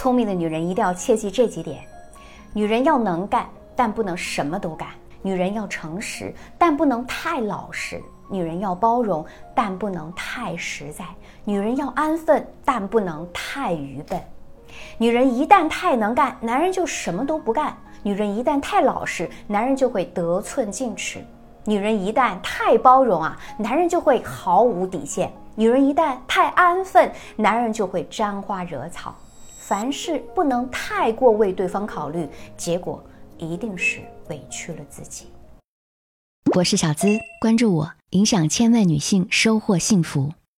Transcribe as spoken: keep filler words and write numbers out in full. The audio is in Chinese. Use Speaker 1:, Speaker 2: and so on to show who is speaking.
Speaker 1: 聪明的女人一定要切记这几点：女人要能干，但不能什么都干；女人要诚实，但不能太老实；女人要包容，但不能太实在；女人要安分，但不能太愚笨。女人一旦太能干，男人就什么都不干；女人一旦太老实，男人就会得寸进尺；女人一旦太包容啊，男人就会毫无底线；女人一旦太安分，男人就会沾花惹草。凡事不能太过为对方考虑，结果一定是委屈了自己。
Speaker 2: 我是小资，关注我，影响千万女性，收获幸福。